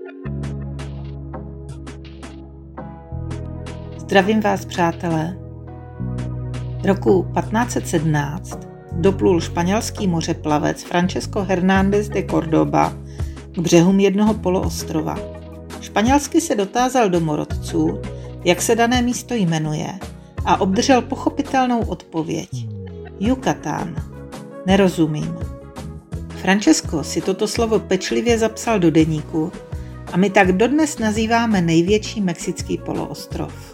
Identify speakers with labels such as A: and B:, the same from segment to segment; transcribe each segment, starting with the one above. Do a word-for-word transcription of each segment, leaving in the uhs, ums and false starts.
A: Zdravím vás, přátelé. Roku patnáct set sedmnáct doplul španělský mořeplavec Francisco Hernández de Córdoba k břehům jednoho poloostrova. Španělsky se dotázal domorodců, jak se dané místo jmenuje, a obdržel pochopitelnou odpověď. Yucatán. Nerozumím. Francesco si toto slovo pečlivě zapsal do deníku a my tak dodnes nazýváme největší mexický poloostrov.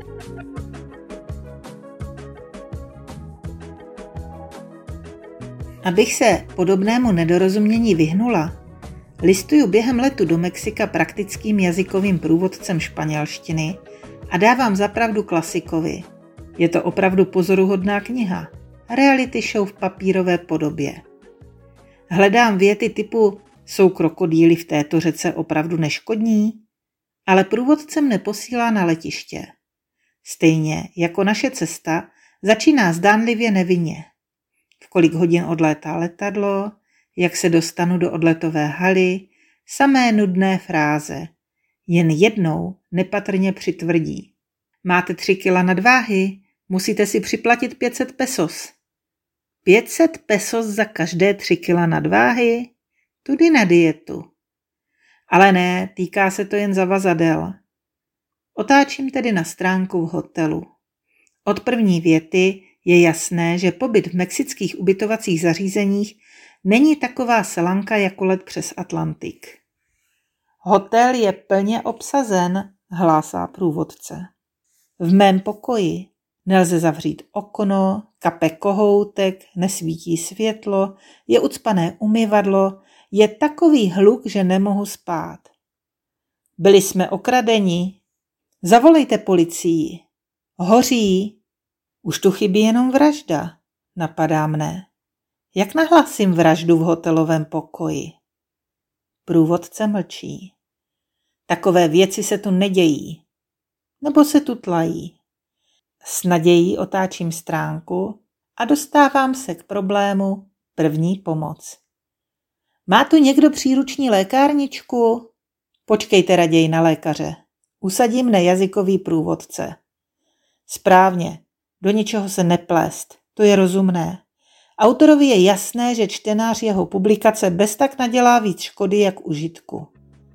A: Abych se podobnému nedorozumění vyhnula, listuju během letu do Mexika praktickým jazykovým průvodcem španělštiny a dávám zapravdu klasikovi. Je to opravdu pozoruhodná kniha. Reality show v papírové podobě. Hledám věty typu jsou krokodýly v této řece opravdu neškodní? Ale průvodce mne posílá na letiště. Stejně jako naše cesta začíná zdánlivě nevinně. V kolik hodin odlétá letadlo, jak se dostanu do odletové haly, samé nudné fráze. Jen jednou nepatrně přitvrdí. Máte tři kila nadváhy, musíte si připlatit pět set pesos. pět set pesos za každé tři kila nadváhy? Tudy na dietu. Ale ne, týká se to jen zavazadel. Otáčím tedy na stránku v hotelu. Od první věty je jasné, že pobyt v mexických ubytovacích zařízeních není taková selanka jako let přes Atlantik. Hotel je plně obsazen, hlásá průvodce. V mém pokoji nelze zavřít okno, kape kohoutek, nesvítí světlo, je ucpané umyvadlo, je takový hluk, že nemohu spát. Byli jsme okradeni. Zavolejte policii. Hoří. Už tu chybí jenom vražda, napadá mne. Jak nahlásím vraždu v hotelovém pokoji? Průvodce mlčí. Takové věci se tu nedějí. Nebo se tu tlají. S nadějí otáčím stránku a dostávám se k problému první pomoc. Má tu někdo příruční lékárničku? Počkejte raději na lékaře. Usadí mne jazykový průvodce. Správně, do ničeho se neplést, to je rozumné. Autorovi je jasné, že čtenář jeho publikace bez tak nadělá víc škody jak užitku.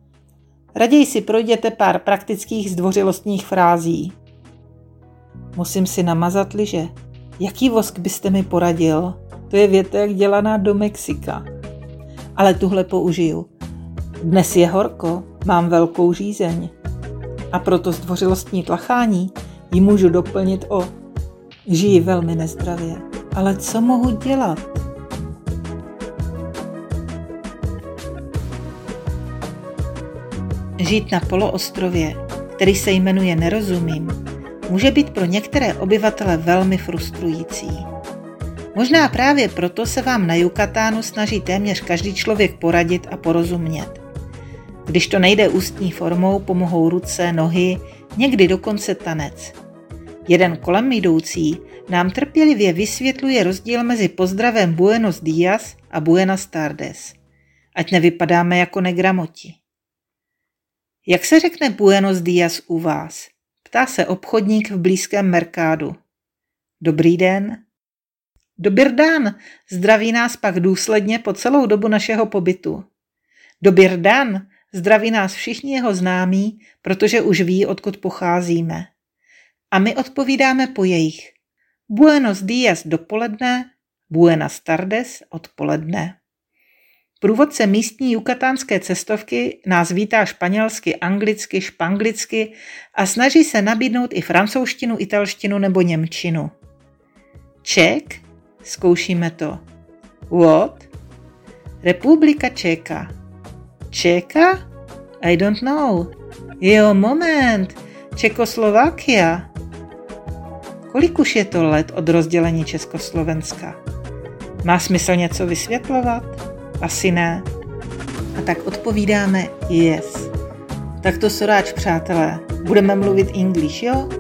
A: Raději si projděte pár praktických zdvořilostních frází. Musím si namazat lyže. Jaký vosk byste mi poradil? To je větek dělaná do Mexika. Ale tuhle použiju. Dnes je horko, mám velkou žízeň. A proto zdvořilostní tlachání ji můžu doplnit o žiji velmi nezdravě. Ale co mohu dělat? Žít na poloostrově, který se jmenuje Nerozumím, může být pro některé obyvatele velmi frustrující. Možná právě proto se vám na Yucatánu snaží téměř každý člověk poradit a porozumět. Když to nejde ústní formou, pomohou ruce, nohy, někdy dokonce tanec. Jeden kolem jdoucí nám trpělivě vysvětluje rozdíl mezi pozdravem Buenos días a Buenas tardes. Ať nevypadáme jako negramoti. Jak se řekne Buenos días u vás? Ptá se obchodník v blízkém Mercádu. Dobrý den. Dobir dan, zdraví nás pak důsledně po celou dobu našeho pobytu. Dobir dan, zdraví nás všichni jeho známí, protože už ví, odkud pocházíme. A my odpovídáme po jejich. Buenos días dopoledne, Buenas tardes odpoledne. Průvodce místní jukatánské cestovky nás vítá španělsky, anglicky, španglicky a snaží se nabídnout i francouzštinu, italštinu nebo němčinu. Czech? Zkoušíme to. What? Republika Čeka. Čeka? I don't know. Jo, moment. Čekoslovakia. Kolik už je to let od rozdělení Československa? Má smysl něco vysvětlovat? Asi ne. A tak odpovídáme yes. Tak to soráč, přátelé. Budeme mluvit English, jo?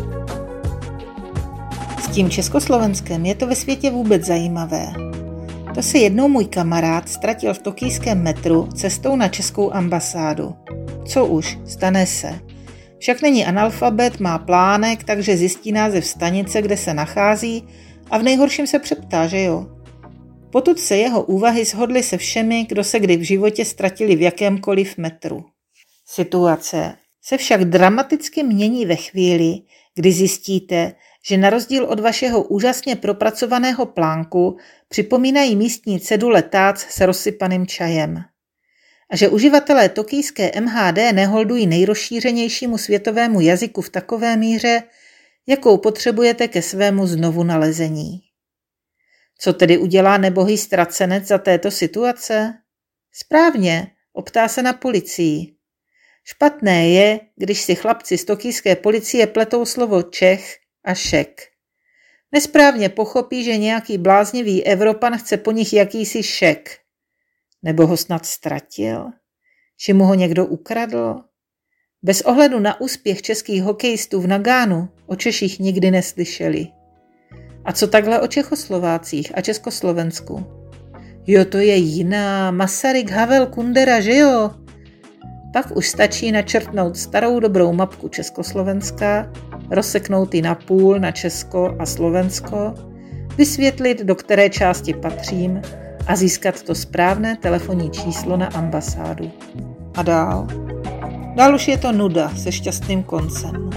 A: S tím Československem je to ve světě vůbec zajímavé. To se jednou můj kamarád ztratil v tokijském metru cestou na českou ambasádu. Co už, stane se. Však není analfabet, má plánek, takže zjistí název stanice, kde se nachází a v nejhorším se přeptá, že jo? Potud se jeho úvahy shodly se všemi, kdo se kdy v životě ztratili v jakémkoliv metru. Situace se však dramaticky mění ve chvíli, kdy zjistíte, že na rozdíl od vašeho úžasně propracovaného plánku připomínají místní cedule tác s rozsypaným čajem. A že uživatelé tokijské M H D neholdují nejrozšířenějšímu světovému jazyku v takové míře, jakou potřebujete ke svému znovu nalezení. Co tedy udělá nebohý ztracenec za této situace? Správně, optá se na policii. Špatné je, když si chlapci z tokijské policie pletou slovo Čech a šek. Nesprávně pochopí, že nějaký bláznivý Evropan chce po nich jakýsi šek. Nebo ho snad ztratil? Či mu ho někdo ukradl? Bez ohledu na úspěch českých hokejistů v Nagánu o Češích nikdy neslyšeli. A co takhle o Čechoslovácích a Československu? Jo, to je jiná, Masaryk, Havel, Kundera, že jo? Pak už stačí načrtnout starou dobrou mapku Československa, rozseknout ji na půl na Česko a Slovensko, vysvětlit, do které části patřím a získat to správné telefonní číslo na ambasádu. A dál? Dál už je to nuda se šťastným koncem.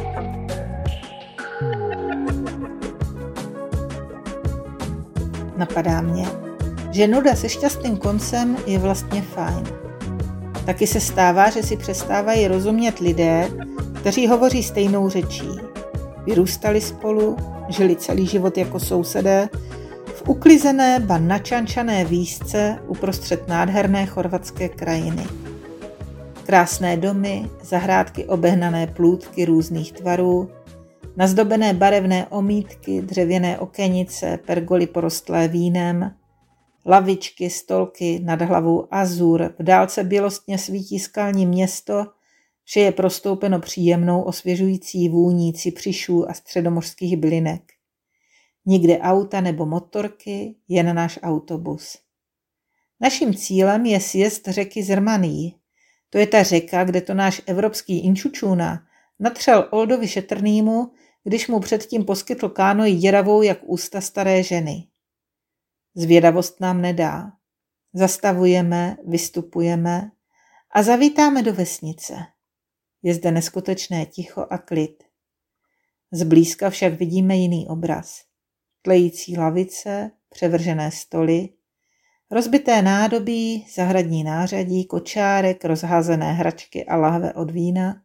A: Napadá mě, že nuda se šťastným koncem je vlastně fajn. Taky se stává, že si přestávají rozumět lidé, kteří hovoří stejnou řečí. Vyrůstali spolu, žili celý život jako sousedé, v uklizené, ba načančané výšce uprostřed nádherné chorvatské krajiny. Krásné domy, zahrádky obehnané plůtky různých tvarů, nazdobené barevné omítky, dřevěné okenice, pergoly porostlé vínem, lavičky, stolky, nad hlavou azur, v dálce bělostně svítí skalní město, vše je prostoupeno příjemnou osvěžující vůní cipřišů a středomořských bylinek. Nikde auta nebo motorky, jen náš autobus. Naším cílem je sjezd řeky Zrmaný. To je ta řeka, kde to náš evropský inčučuna natřel Oldovi Šetrnýmu, když mu předtím poskytl kánoji děravou jak ústa staré ženy. Zvědavost nám nedá. Zastavujeme, vystupujeme a zavítáme do vesnice. Je zde neskutečné ticho a klid. Zblízka však vidíme jiný obraz. Tlející lavice, převržené stoly, rozbité nádobí, zahradní nářadí, kočárek, rozházené hračky a lahve od vína,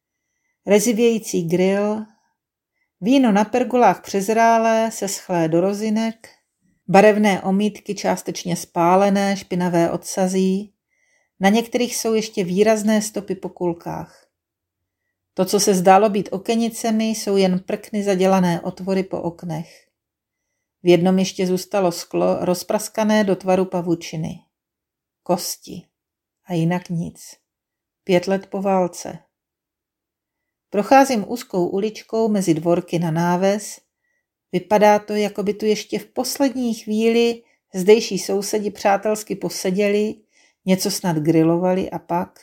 A: rezivějící grill, víno na pergolách přezrálé, seschlé do rozinek, barevné omítky částečně spálené, špinavé odsazí, na některých jsou ještě výrazné stopy po kulkách. To, co se zdálo být okenicemi, jsou jen prkny zadělané otvory po oknech. V jednom ještě zůstalo sklo rozpraskané do tvaru pavučiny. Kosti. A jinak nic. Pět let po válce. Procházím úzkou uličkou mezi dvorky na náves. Vypadá to, jako by tu ještě v poslední chvíli zdejší sousedi přátelsky poseděli, něco snad grilovali a pak...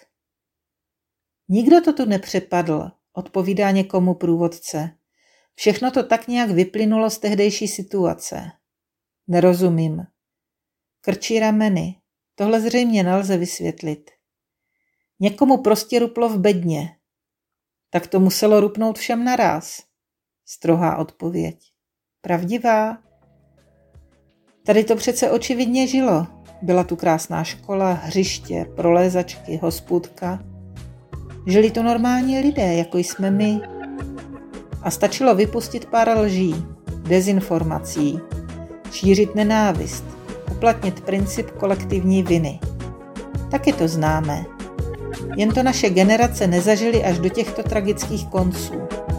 A: Nikdo to tu nepřepadl, odpovídá někomu průvodce. Všechno to tak nějak vyplynulo z tehdejší situace. Nerozumím. Krčí rameny. Tohle zřejmě nelze vysvětlit. Někomu prostě ruplo v bedně. Tak to muselo rupnout všem naráz. Strohá odpověď. Pravdivá? Tady to přece očividně žilo. Byla tu krásná škola, hřiště, prolézačky, hospůdka. Žili to normální lidé, jako jsme my. A stačilo vypustit pár lží, dezinformací, šířit nenávist, uplatnit princip kolektivní viny. Taky to známe. Jen to naše generace nezažily až do těchto tragických konců.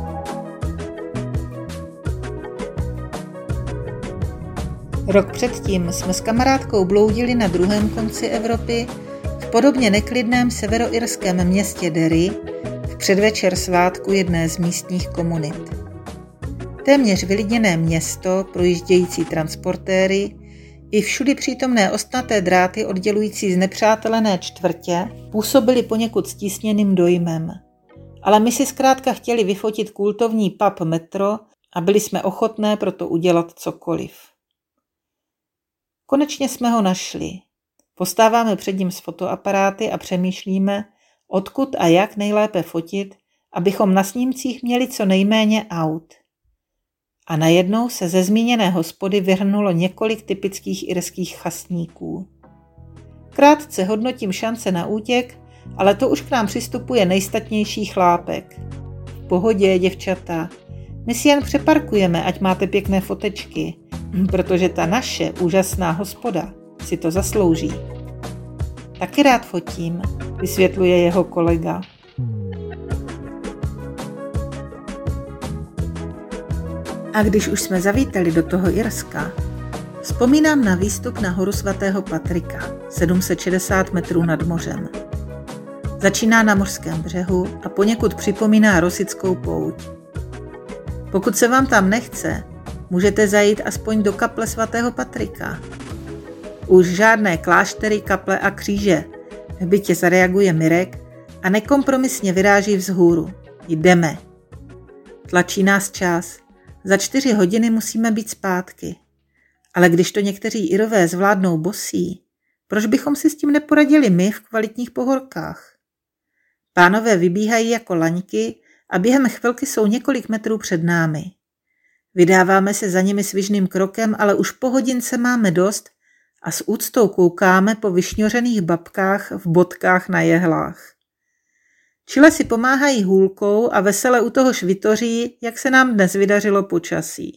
A: Rok předtím jsme s kamarádkou bloudili na druhém konci Evropy v podobně neklidném severoirském městě Derry v předvečer svátku jedné z místních komunit. Téměř vylidněné město, projíždějící transportéry, I všudy přítomné ostnaté dráty oddělující znepřátelené čtvrtě působily poněkud stísněným dojmem. Ale my si zkrátka chtěli vyfotit kultovní pub Metro a byli jsme ochotné pro to udělat cokoliv. Konečně jsme ho našli. Postáváme před ním s fotoaparáty a přemýšlíme, odkud a jak nejlépe fotit, abychom na snímcích měli co nejméně aut. A najednou se ze zmíněné hospody vyhrnulo několik typických irských chasníků. Krátce hodnotím šance na útěk, ale to už k nám přistupuje nejstatnější chlápek. V pohodě, děvčata. My si jen přeparkujeme, ať máte pěkné fotečky, protože ta naše úžasná hospoda si to zaslouží. Taky rád fotím, vysvětluje jeho kolega. A když už jsme zavítali do toho Irska, vzpomínám na výstup na horu svatého Patrika, sedm set šedesát metrů nad mořem. Začíná na mořském břehu a poněkud připomíná rosickou pouť. Pokud se vám tam nechce, můžete zajít aspoň do kaple svatého Patrika. Už žádné kláštery, kaple a kříže, hbitě zareaguje Mirek a nekompromisně vyráží vzhůru. Jdeme. Tlačí nás čas. Za čtyři hodiny musíme být zpátky. Ale když to někteří Irové zvládnou bosí, proč bychom si s tím neporadili my v kvalitních pohorkách? Pánové vybíhají jako laňky a během chvilky jsou několik metrů před námi. Vydáváme se za nimi svižným krokem, ale už po hodince máme dost a s úctou koukáme po vyšňořených babkách v bodkách na jehlách. Čile si pomáhají hůlkou a vesele u toho švitoří, jak se nám dnes vydařilo počasí.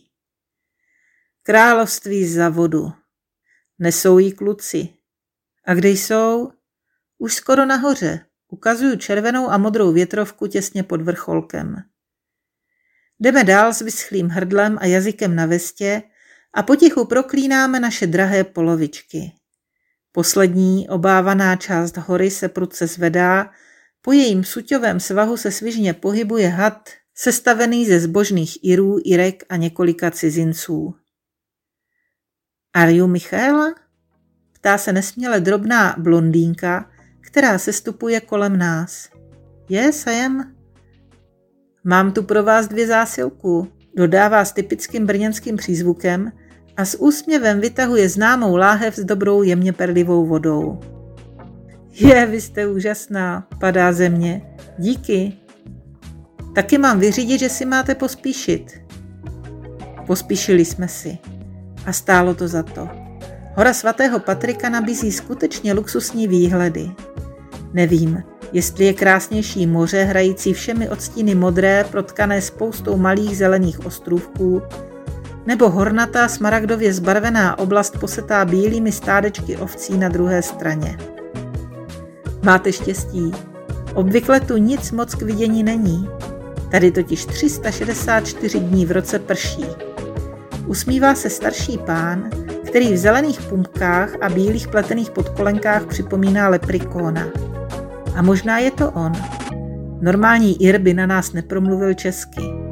A: Království za vodu. Nesou jí kluci. A kde jsou? Už skoro nahoře. Ukazuju červenou a modrou větrovku těsně pod vrcholkem. Jdeme dál s vyschlým hrdlem a jazykem na vestě a potichu proklínáme naše drahé polovičky. Poslední obávaná část hory se prudce zvedá, po jejím suťovém svahu se svižně pohybuje had, sestavený ze zbožných Irů, Irek a několika cizinců. Are you Michaela? Ptá se nesměle drobná blondýnka, která sestupuje kolem nás. Yes, I am. Mám tu pro vás dvě zásilku, dodává s typickým brněnským přízvukem a s úsměvem vytahuje známou láhev s dobrou jemně perlivou vodou. Je, vy jste úžasná, padá ze mě. Díky. Taky mám vyřídit, že si máte pospíšit. Pospíšili jsme si. A stálo to za to. Hora svatého Patrika nabízí skutečně luxusní výhledy. Nevím, jestli je krásnější moře, hrající všemi odstíny modré, protkané spoustou malých zelených ostrůvků, nebo hornatá smaragdově zbarvená oblast posetá bílými stádečky ovcí na druhé straně. Máte štěstí. Obvykle tu nic moc k vidění není. Tady totiž tři sta šedesát čtyři dní v roce prší. Usmívá se starší pán, který v zelených pumpkách a bílých pletených podkolenkách připomíná leprikóna. A možná je to on. Normální Ir by na nás nepromluvil česky.